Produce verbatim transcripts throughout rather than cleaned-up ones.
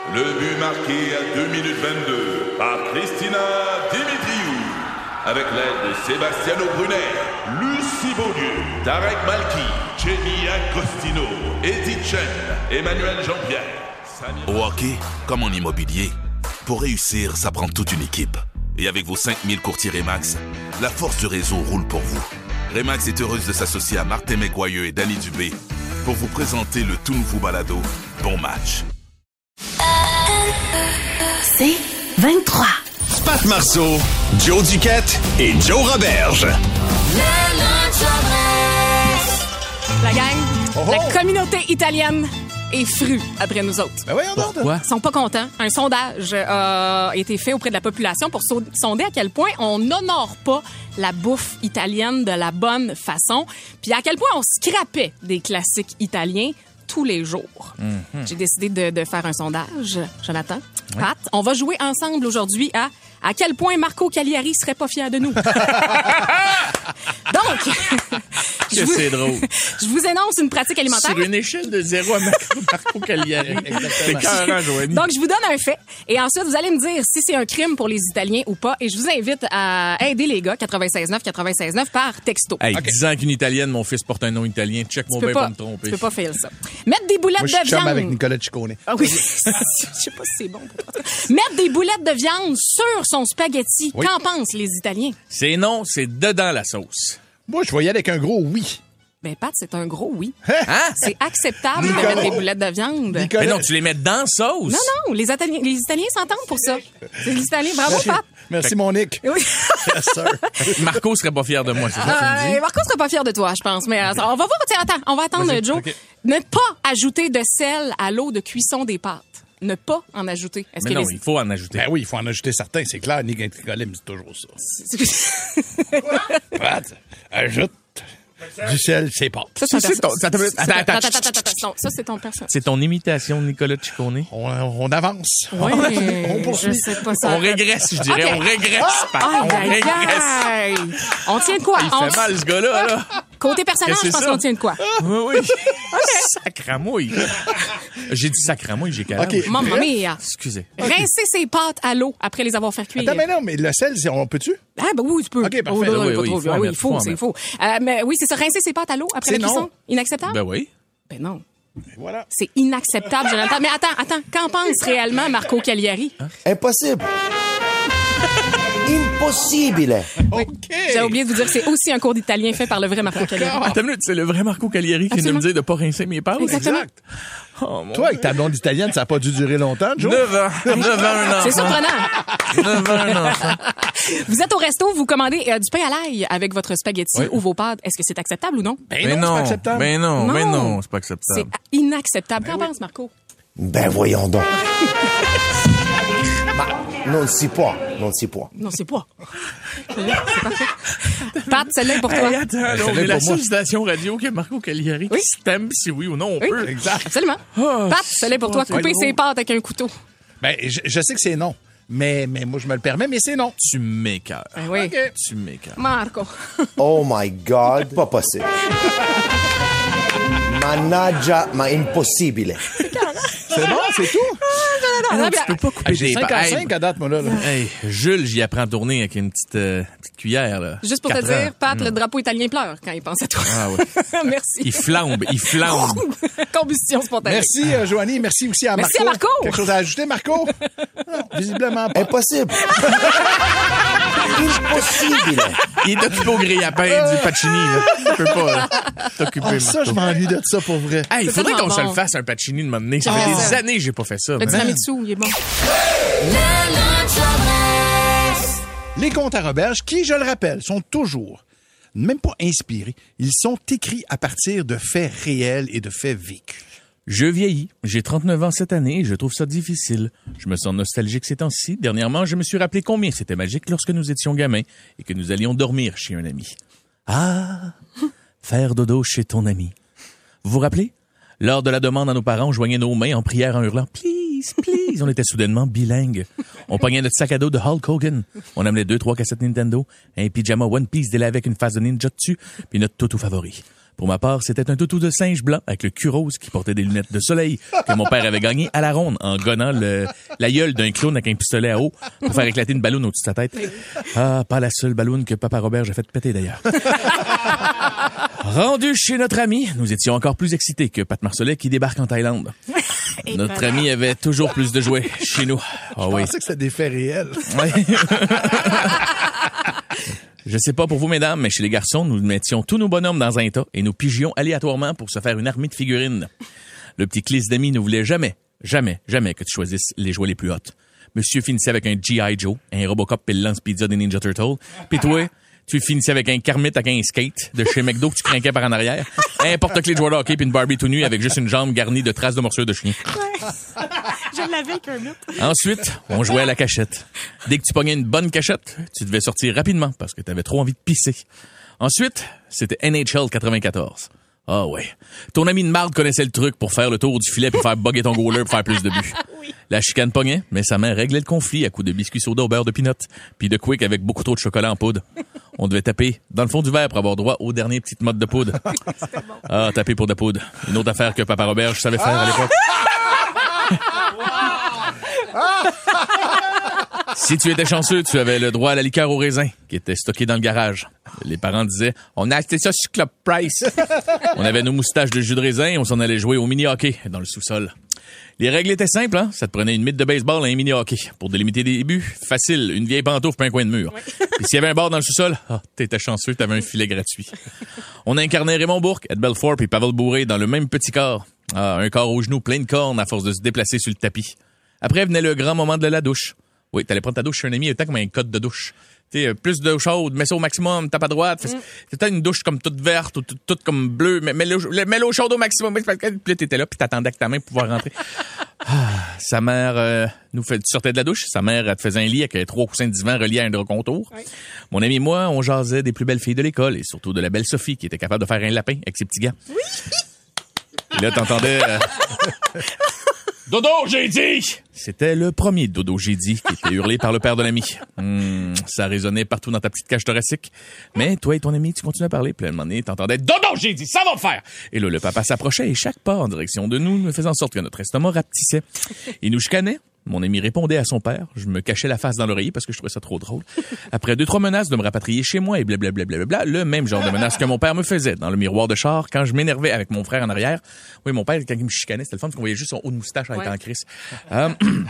Le but marqué à deux minutes vingt-deux par Christina Dimitriou. Avec l'aide de Sebastiano Brunet, Lucie Beaulieu, Tarek Malki, Jenny Agostino, Edith Chen, Emmanuel Jean-Pierre. Samir... Au hockey, comme en immobilier, pour réussir, ça prend toute une équipe. Et avec vos cinq mille courtiers Remax, la force du réseau roule pour vous. Remax est heureuse de s'associer à Martin McGuire et Danny Dubé pour vous présenter le tout nouveau balado Bon Match. C'est vingt-trois. Pat Marceau, Joe Duquette et Joe Roberge. La gang, Oh oh. la communauté italienne est frue après nous autres. Ben voyons donc. Ils sont pas contents. Un sondage euh, a été fait auprès de la population pour so- sonder à quel point on n'honore pas la bouffe italienne de la bonne façon, puis à quel point on scrapait des classiques italiens tous les jours. Mm-hmm. J'ai décidé de, de faire un sondage, Jonathan. Ouais. Pat, on va jouer ensemble aujourd'hui à à quel point Marco Cagliari serait pas fier de nous. Donc, je vous, c'est drôle. Je vous énonce une pratique alimentaire. Sur une échelle de zéro à Marco, Marco Cagliari. C'est carrément, Joanie. Donc, je vous donne un fait. Et ensuite, vous allez me dire si c'est un crime pour les Italiens ou pas. Et je vous invite à aider les gars, quatre-vingt-seize neuf, quatre-vingt-seize neuf par texto. Hey, okay. disant qu'une Italienne, mon fils porte un nom italien, check-moi bien pour me tromper. Tu peux pas faire ça. Mettre des boulettes Moi, je de suis chum viande. avec Nicolas Ciccone. Ah oui. Je sais pas si c'est bon. Pour Mettre des boulettes de viande sur son spaghetti. Oui. Qu'en pensent les Italiens? C'est non, c'est dedans la sauce. Moi, je vais y aller avec un gros oui. Ben, Pat, c'est un gros oui. Hein? C'est acceptable Nicolas. de mettre des boulettes de viande. Nicolas. Mais non, tu les mets dans la sauce. Non, non, les Italiens, les Italiens s'entendent pour ça. C'est les Italiens. Bravo, Pat. Merci, mon Nick. Oui. Yes, sir. Marco serait pas fier de moi, c'est ça que tu me dis? Euh, Marco sera pas fier de toi, je pense. Mais euh, on va voir. Tiens, attends, on va attendre Vas-y, Joe. okay. Ne pas ajouter de sel à l'eau de cuisson des pâtes. Ne pas en ajouter. Est-ce Mais que non, les... il faut en ajouter. Ben oui, il faut en ajouter certains, c'est clair. Nick Nicolas me dit toujours ça. Pat, ajoute du sel, c'est pâtes. Ça, c'est, c'est ton- ton... ça te- ça, attends, attends, attends, attends, attends, attends. Ça, c'est ton personnage. C'est ton imitation de Nicolas Ciccone. On, on avance. Oui, on je poursuit. sais pas ça. On régresse, je dirais. Okay. On régresse, Pat. Aïe, On aïe, régresse. aïe. On tient de quoi? Il On... fait mal, ce gars-là, là. Côté personnage, Qu'est-ce je que pense c'est qu'on ça? tient de quoi? Oui, oui. Sacramouille. J'ai dit sacramouille, j'ai calme. OK. Mamma mia. Excusez. Rincer ses pâtes à l'eau après les avoir fait cuire. Attends, mais non, mais le sel, c'est- on peut-tu? Ah, ben oui, tu peux. OK, parfait. Oh, non, Oui, pas oui, trop. il faut Ah en oui, mettre, il faut, faut en c'est mettre. faux. Euh, mais oui, c'est ça, rincer ses pâtes à l'eau après C'est la cuisson. non. Inacceptable? Ben oui. Ben non. Voilà. C'est inacceptable, Jonathan. Mais attends, attends. Qu'en pense réellement Marco Cagliari? Impossible. Impossibile. OK. J'ai oublié de vous dire que c'est aussi un cours d'italien fait par le vrai Marco Cagliari. Attends une minute, c'est le vrai Marco Cagliari qui vient de me Absolument. dire de pas rincer mes pâtes. Exactement. Exact. Oh, mon Toi, avec ta blonde italienne, ça n'a pas dû durer longtemps, Joe? neuf ans. neuf ans, un enfant. C'est surprenant. neuf ans, un enfant. Vous êtes au resto, vous commandez euh, du pain à l'ail avec votre spaghetti Oui. ou vos pâtes. Est-ce que c'est acceptable ou non? Ben Mais non, c'est non, pas acceptable. mais non, Non. mais non, c'est pas C'est acceptable. inacceptable. Qu'en pense Marco? Ben voyons donc. Ma, non si può, non si può. Non, c'est pas. C'est parfait. Pat, celle-là est pour toi. Hey, attends, là, on celle-là est la pour moi. seule station radio que Marco Cagliari Oui. qui s'aime si oui ou non on Oui, peut. Exact. absolument. Oh, Pat, celle-là est pour toi. c'est Couper drôle. ses pâtes avec un couteau. Ben, je, je sais que c'est non. Mais, mais moi, je me le permets, mais c'est non. Tu m'écoeures. Ben oui. OK. Tu m'écoeures. Marco. Oh my God, pas possible. Mannaggia, ma impossibile. C'est bon, c'est tout. Ah non, tu peux pas couper J'ai des cinq à pâtes. cinq à date, moi, là. là. Hey, Jules, j'y apprends à tourner avec une petite, euh, petite cuillère, là. Juste pour te Quatre dire, ans. Pat, le drapeau italien pleure quand il pense à toi. Ah ouais. Merci. Il flambe, il flambe. Combustion spontanée. Merci, euh, Joanie. Merci aussi à Merci Marco. à Marco. Quelque chose à ajouter, Marco? Non, visiblement pas. Impossible. Impossibile. Il est occupé au grille-à-pain du Pacini, là. Tu peux pas là, t'occuper, Ah, ça, je Marco. m'ennuie de ça pour vrai. Hey, il C'est faudrait tellement qu'on se bon. le fasse un Pacini de m'amener. Ça Ah. fait des années que j'ai pas fait ça. Le man. tiramisu, il est bon. Les contes à Roberge, qui, je le rappelle, sont toujours, même pas inspirés, ils sont écrits à partir de faits réels et de faits vécus. Je vieillis. J'ai trente-neuf ans cette année et je trouve ça difficile. Je me sens nostalgique ces temps-ci. Dernièrement, je me suis rappelé combien c'était magique lorsque nous étions gamins et que nous allions dormir chez un ami. Ah, faire dodo chez ton ami. Vous vous rappelez? Lors de la demande à nos parents, on joignait nos mains en prière en hurlant « Please, please ». On était soudainement bilingues. On pognait notre sac à dos de Hulk Hogan. On amenait deux, trois cassettes Nintendo, un pyjama One Piece délavé avec une face de ninja dessus, puis notre toutou favori. Pour ma part, c'était un toutou de singe blanc avec le cul rose qui portait des lunettes de soleil que mon père avait gagné à la ronde en gonnant le, la gueule d'un clown avec un pistolet à eau pour faire éclater une balloune au-dessus de sa tête. Ah, pas la seule balloune que Papa Robert a fait péter d'ailleurs. Rendu chez notre ami, nous étions encore plus excités que Pat Marcelet qui débarque en Thaïlande. Notre ami avait toujours plus de jouets chez nous. Oh, Je oui. pensais que c'était des faits réels. Ouais. Je sais pas pour vous, mesdames, mais chez les garçons, nous mettions tous nos bonhommes dans un tas et nous pigions aléatoirement pour se faire une armée de figurines. Le petit Clis d'ami ne voulait jamais, jamais, jamais que tu choisisses les jouets les plus hautes. Monsieur finissait avec un G I. Joe, un Robocop et le lance-pizza des Ninja Turtles. Puis toi, tu finissais avec un Kermit avec un skate de chez McDo que tu craquais par en arrière, un porte-clés de joueur de hockey puis une Barbie tout nue avec juste une jambe garnie de traces de morsures de chien. Ouais. Je l'avais, Kermit. Ensuite, on jouait à la cachette. Dès que tu pognais une bonne cachette, tu devais sortir rapidement parce que t'avais trop envie de pisser. Ensuite, c'était N H L quatre-vingt-quatorze. Ah ouais. Ton ami de marde connaissait le truc pour faire le tour du filet puis faire bugger ton goaler pour faire plus de buts. Oui. La chicane pognait, mais sa mère réglait le conflit à coups de biscuits soda au beurre de peanut puis de Quick avec beaucoup trop de chocolat en poudre. On devait taper dans le fond du verre pour avoir droit aux dernières petites mottes de poudre. Ah, taper pour de poudre. Une autre affaire que Papa Robert je savais faire à l'époque. Si tu étais chanceux, tu avais le droit à la liqueur au raisin qui était stockée dans le garage. Les parents disaient « On a acheté ça sur Club Price ». On avait nos moustaches de jus de raisin et on s'en allait jouer au mini-hockey dans le sous-sol. Les règles étaient simples, hein? Ça te prenait une mythe de baseball et un mini-hockey. Pour délimiter des buts, facile, une vieille pantoufle puis un coin de mur. Oui. Puis s'il y avait un bar dans le sous-sol, oh, t'étais chanceux, t'avais un filet gratuit. On incarnait Raymond Bourque, Ed Belfort puis Pavel Bourré dans le même petit corps. Ah, un corps au genou plein de cornes à force de se déplacer sur le tapis. Après venait le grand moment de la douche. Oui, t'allais prendre ta douche chez un ami, il était comme un code de douche. Tu sais, plus d'eau chaude, mets ça au maximum, tape à droite. Mm. C'était une douche comme toute verte ou toute, toute comme bleue, mais mets l'eau, mets l'eau chaude au maximum. Puis là, t'étais là, puis t'attendais avec ta main pour pouvoir rentrer. Ah, sa mère euh, nous fait, tu sortais de la douche, sa mère elle te faisait un lit avec trois coussins de divan reliés à un drap contour. Oui. Mon ami et moi, on jasait des plus belles filles de l'école et surtout de la belle Sophie qui était capable de faire un lapin avec ses petits gants. Oui. Et là, t'entendais... Euh... Dodo, j'ai dit! C'était le premier Dodo, j'ai dit, qui était hurlé par le père de l'ami. Hum, ça résonnait partout dans ta petite cage thoracique. Mais toi et ton ami, tu continuais à parler. Puis à un moment donné, t'entendais « Dodo, j'ai dit, ça va le faire! » Et là, le papa s'approchait et chaque pas en direction de nous me faisait en sorte que notre estomac rapetissait. Il nous chicanait. Mon ami répondait à son père. Je me cachais la face dans l'oreiller parce que je trouvais ça trop drôle. Après deux, trois menaces de me rapatrier chez moi et blablabla, blablabla, le même genre de menace que mon père me faisait dans le miroir de char quand je m'énervais avec mon frère en arrière. Oui, mon père, quand il me chicanait, c'était le fun parce qu'on voyait juste son haut de moustache avec en crise. Euh,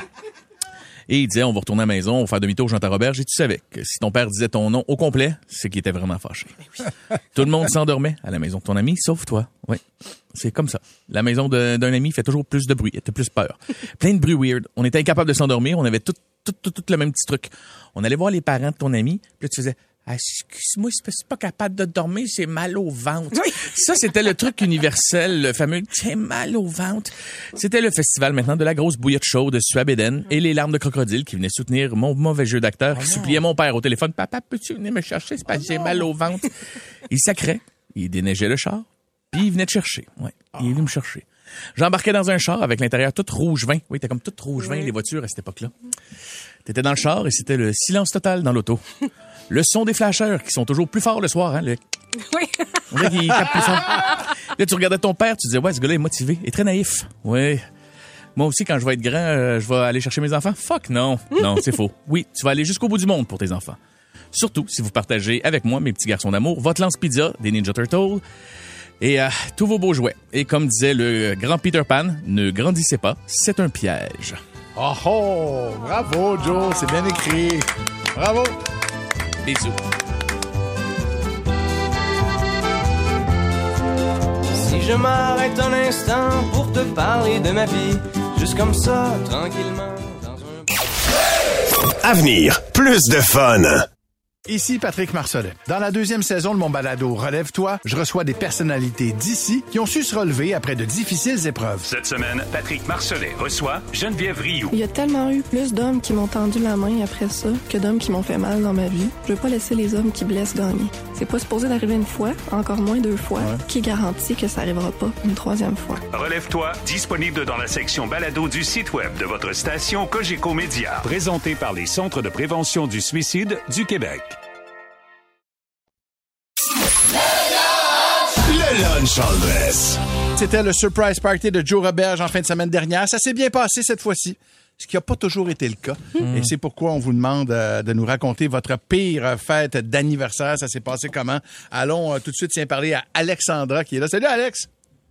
et il disait, on va retourner à la maison, on va faire demi-tour Jean Robert. Et tu savais que si ton père disait ton nom au complet, c'est qu'il était vraiment fâché. Oui. Tout le monde s'endormait à la maison de ton ami, sauf toi. Oui. C'est comme ça. La maison de, d'un ami fait toujours plus de bruit. Elle a plus peur. Plein de bruit weird. On était incapable de s'endormir. On avait tout, tout, tout, tout le même petit truc. On allait voir les parents de ton ami. Puis là, tu faisais, ah, excuse-moi, je suis pas capable de dormir, j'ai mal au ventre. Oui. Ça, c'était le truc universel, le fameux « j'ai mal au ventre ». C'était le festival maintenant de la grosse bouillotte chaude de Suab Eden et les larmes de crocodile qui venaient soutenir mon mauvais jeu d'acteur oh qui suppliait mon père au téléphone « Papa, peux-tu venir me chercher? C'est parce que oh j'ai mal au ventre. » Il sacrait, il déneigeait le char, puis il venait te chercher. Ouais, oh. Il est venu me chercher. J'embarquais dans un char avec l'intérieur tout rouge vin. Oui, t'es comme tout rouge vin, oui. Les voitures à cette époque-là. T'étais dans le char et c'était le silence total dans l'auto. Le son des flasheurs qui sont toujours plus forts le soir, hein, le... Oui. On dirait qu'il tape plus fort. Là, tu regardais ton père, tu disais, ouais, ce gars-là est motivé et très naïf. Oui. Moi aussi, quand je vais être grand, euh, je vais aller chercher mes enfants. Fuck, non. Non, c'est faux. Oui, tu vas aller jusqu'au bout du monde pour tes enfants. Surtout si vous partagez avec moi, mes petits garçons d'amour, votre lance-pizza des Ninja Turtles et euh, tous vos beaux jouets. Et comme disait le grand Peter Pan, ne grandissez pas, c'est un piège. Oh oh! Bravo, Joe, c'est bien écrit. Bravo! Bisous. Si je m'arrête un instant pour te parler de ma vie, juste comme ça, tranquillement, dans un... Avenir, plus de fun. Ici Patrick Marcelet. Dans la deuxième saison de mon balado Relève-toi, je reçois des personnalités d'ici qui ont su se relever après de difficiles épreuves. Cette semaine, Patrick Marcelet reçoit Geneviève Rioux. Il y a tellement eu plus d'hommes qui m'ont tendu la main après ça que d'hommes qui m'ont fait mal dans ma vie. Je veux pas laisser les hommes qui blessent gagner. C'est pas supposé d'arriver une fois, encore moins deux fois. Ouais. Qui garantit que ça arrivera pas une troisième fois? Relève-toi, disponible dans la section balado du site web de votre station Cogeco Média. Présenté par les Centres de prévention du suicide du Québec. Le lunch Antoine Chandresse. C'était le surprise party de Joe Roberge en fin de semaine dernière. Ça s'est bien passé cette fois-ci, ce qui n'a pas toujours été le cas. Mmh. Et c'est pourquoi on vous demande euh, de nous raconter votre pire fête d'anniversaire. Ça s'est passé comment? Allons euh, tout de suite tiens parler à Alexandra qui est là. Salut Alex!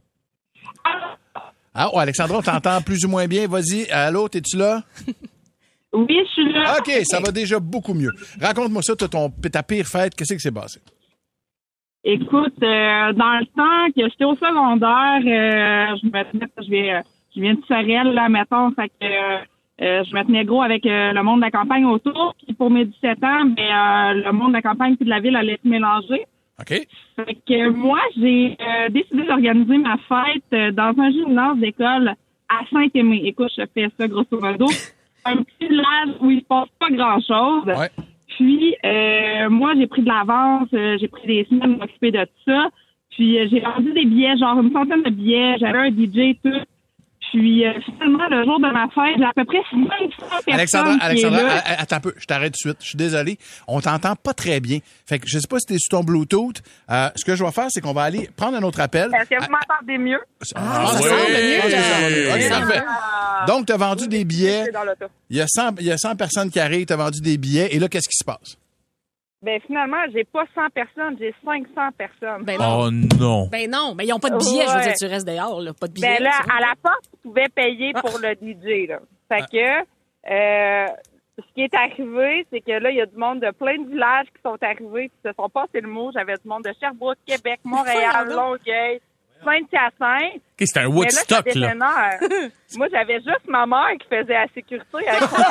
Ah, oh, Alexandra, on t'entend plus ou moins bien. Vas-y, allô, t'es-tu là? Oui, je suis là. OK, ça va déjà beaucoup mieux. Raconte-moi ça, ton, ta pire fête, qu'est-ce qui s'est passé? Écoute, euh, dans le temps que j'étais au secondaire, euh, je me tenais, je viens, je viens de Sorel, là, mettons, fait que euh, je me tenais gros avec euh, le monde de la campagne autour. Puis pour mes dix-sept ans, ben, euh, le monde de la campagne et de la ville allait se mélanger. OK. Fait que moi, j'ai euh, décidé d'organiser ma fête euh, dans un gymnase d'école à Saint-Aimé. Écoute, je fais ça grosso modo. Un petit village où il se passe pas grand-chose. Ouais. Puis, euh, moi, j'ai pris de l'avance, euh, j'ai pris des semaines à m'occuper de tout ça. Puis, euh, j'ai vendu des billets, genre une centaine de billets. J'avais un D J, tout. Puis, euh, finalement, le jour de ma fête, j'ai à peu près cinq cents personnes. Alexandra, qui Alexandra, est là. attends un peu, je t'arrête tout de suite. Je suis désolé. On t'entend pas très bien. Fait que je sais pas si t'es sur ton Bluetooth. Euh, ce que je vais faire, c'est qu'on va aller prendre un autre appel. Est-ce que vous m'entendez mieux? Ah, ça oui. semble mieux. Oui, ça semble mieux. Oui. OK, parfait. Donc, tu as vendu des billets. C'est dans l'auto. Il y a cent, il y a cent personnes qui arrivent, tu as vendu des billets. Et là, qu'est-ce qui se passe? Ben, finalement, j'ai pas cent personnes, j'ai cinq cents personnes. Ben non. Oh non. Ben non, mais ils n'ont pas de billets, je veux Ouais. dire, tu restes dehors, là. Pas de billets. Ben là, tu sais. à la porte, tu pouvais payer pour le D J, là. Fait que, euh, ce qui est arrivé, c'est que là, il y a du monde de plein de villages qui sont arrivés, qui se sont passés le mot. J'avais du monde de Sherbrooke, Québec, Montréal, Longueuil, Saint-Hyacinthe. Okay, c'est un Mais Woodstock, là. ça là. dégénère. Moi, j'avais juste ma mère qui faisait la sécurité avec son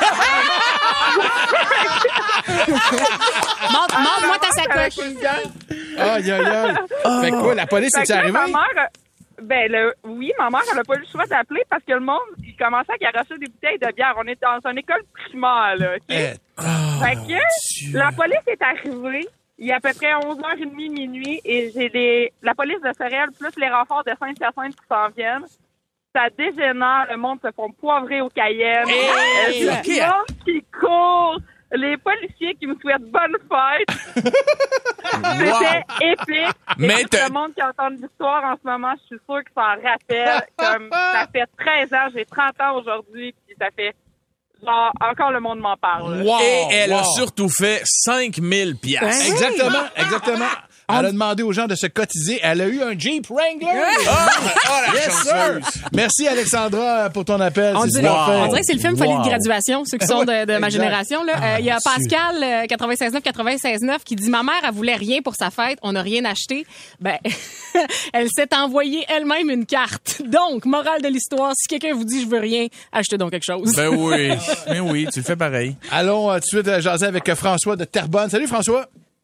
Montre- Montre-moi ta sacoche. Aïe, aïe, aïe. Fait que quoi, la police Fait est-tu que là, arrivée? ma mère, ben le, oui, ma mère, elle n'a pas eu le choix d'appeler parce que le monde, il commençait à garocher des bouteilles de bière. On est dans une école primaire, là, OK? Eh, Fait que la police est arrivée. Il y a à peu près onze heures trente, minuit, et j'ai des, la police de Sorel plus les renforts de Saint-Hyacinthe qui s'en viennent. Ça dégénère, le monde se font poivrer au Cayenne. Hey, Euh, ok. le monde qui court, les policiers qui me souhaitent bonne fête. C'était épique. Mais Et t'as- le monde qui entend l'histoire en ce moment, je suis sûre qu'il s'en rappelle. Comme ça fait treize ans, j'ai trente ans aujourd'hui, puis ça fait genre encore le monde m'en parle. Wow, Et elle a wow. surtout fait cinq mille piastres. Exactement, exactement. Elle a demandé aux gens de se cotiser. Elle a eu un Jeep Wrangler. Oh, Yes, sir. Merci, Alexandra, pour ton appel. On C'est dirait, super fin. on dirait que c'est le film Folie Wow. de graduation, ceux qui sont de, de ma Exact. génération. Là. Euh, Il y a Pascal, euh, quatre-vingt-seize neuf quatre-vingt-seize neuf, qui dit « Ma mère, elle voulait rien pour sa fête, on n'a rien acheté. » Ben, elle s'est envoyée elle-même une carte. Donc, morale de l'histoire, si quelqu'un vous dit « Je veux rien », achetez donc quelque chose. Ben oui, ben oui, tu le fais pareil. Allons euh, tout de suite euh, jaser avec euh, François de Terrebonne. Salut, François.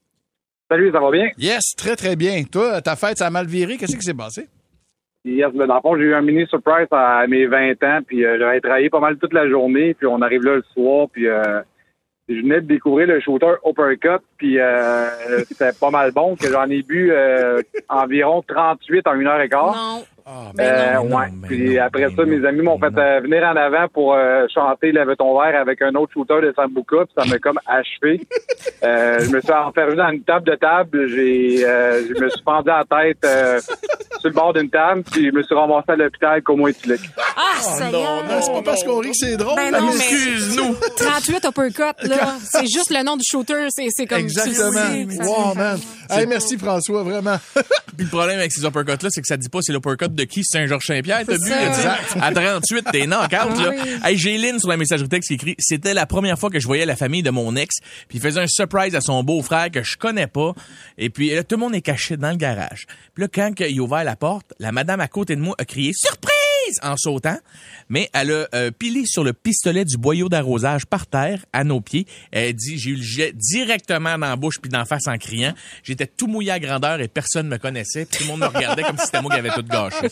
Salut, ça va bien? Yes, très, très bien. Toi, ta fête, ça a mal viré. Qu'est-ce qui s'est passé? Yes, ben, dans le fond, j'ai eu un mini surprise à mes vingt ans, puis euh, j'avais travaillé pas mal toute la journée, puis on arrive là le soir, puis euh, je venais de découvrir le shooter Uppercut, puis euh, c'était pas mal bon, que j'en ai bu euh, environ trente-huit en une heure et quart. Non. Ah, Euh, non, ouais. mais Puis non, après mais ça, non, mes amis m'ont mais fait euh, venir en avant pour euh, chanter Lève ton verre avec un autre shooter de Sambuca, puis ça m'a comme achevé. euh, je me suis enfermé dans une table de table, j'ai euh, je me suis pendu à la tête euh, sur le bord d'une table, puis je me suis ramassé à l'hôpital comme moi éthylique. Ah, ça y est. non, non, c'est pas parce qu'on rit que c'est drôle. Ben non, mais- Excuse-nous. trente-huit uppercut, là. C'est juste le nom du shooter. C'est, c'est comme... Exactement. tu le sais, ça- Wow, man. Hey, merci, François, vraiment. Puis le problème avec ces uppercuts-là, c'est que ça dit pas c'est l'uppercut de qui, c'est Saint-Georges-Saint-Pierre, t'as bu, ça. là, tu sais. À trente-huit, t'es knock-out, là. Oui. Hey, j'ai Lynn sur la messagerie texte qui écrit, c'était la première fois que je voyais la famille de mon ex, puis il faisait un surprise à son beau-frère que je connais pas, et puis là, tout le monde est caché dans le garage. Puis là, quand il a ouvert la porte, la madame à côté de moi a crié « Surprise! » en sautant, mais elle a euh, pilé sur le pistolet du boyau d'arrosage par terre, à nos pieds. Elle dit, j'ai eu le jet directement dans la bouche puis d'en face en criant. J'étais tout mouillé à grandeur et personne me connaissait. Puis tout le monde me regardait comme si c'était moi qui avais tout gâché.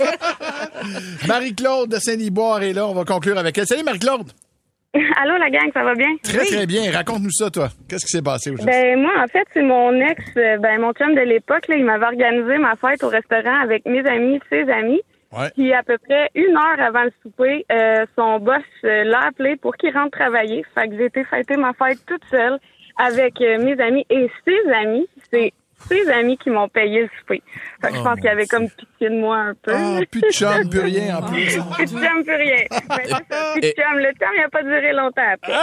Marie-Claude de Saint-Liboire est là. On va conclure avec elle. Salut, Marie-Claude. Allô, la gang, ça va bien? Très, très bien. Raconte-nous ça, toi. Qu'est-ce qui s'est passé aujourd'hui? Ben, moi, en fait, c'est mon ex, euh, ben, mon chum de l'époque, là, il m'avait organisé ma fête au restaurant avec mes amis, ses amis. Ouais. Puis, à peu près une heure avant le souper, euh, son boss euh, l'a appelé pour qu'il rentre travailler. Fait que j'ai été fêter ma fête toute seule avec euh, mes amis et ses amis. C'est ses amis qui m'ont payé le souper. Fait que Oh, je pense qu'il y avait comme pitié de moi un peu. Ah, plus de chum, plus rien en plus. Plus de chum, plus rien. Mais c'est ça, plus de chum. Le chum, il n'a pas duré longtemps après.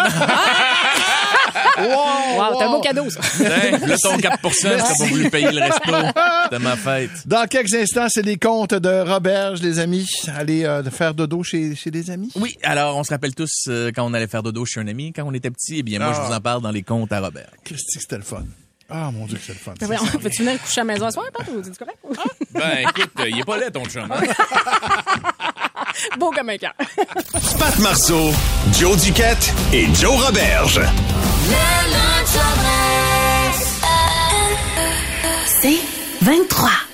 Wow, Wow, t'as un beau cadeau, ça. Hey, là, ton quatre pour cent, t'as pas voulu payer le resto de ma fête. Dans quelques instants, c'est les comptes de Roberge, les amis. Aller euh, faire dodo chez, chez des amis. Oui, alors, on se rappelle tous euh, quand on allait faire dodo chez un ami, quand on était petit, eh bien, moi, Ah. je vous en parle dans les comptes à Robert. Christy, c'était le fun. Ah, mon Dieu, que c'est le fun. Mais voyons, peux-tu venir coucher à la maison à soir, Pat, ou c'est correct? Ben, écoute, euh, il est pas laid, ton chum. Hein? Beau comme un cœur. Pat Marceau, Joe Duquette et Joe Roberge. C'est vingt-trois.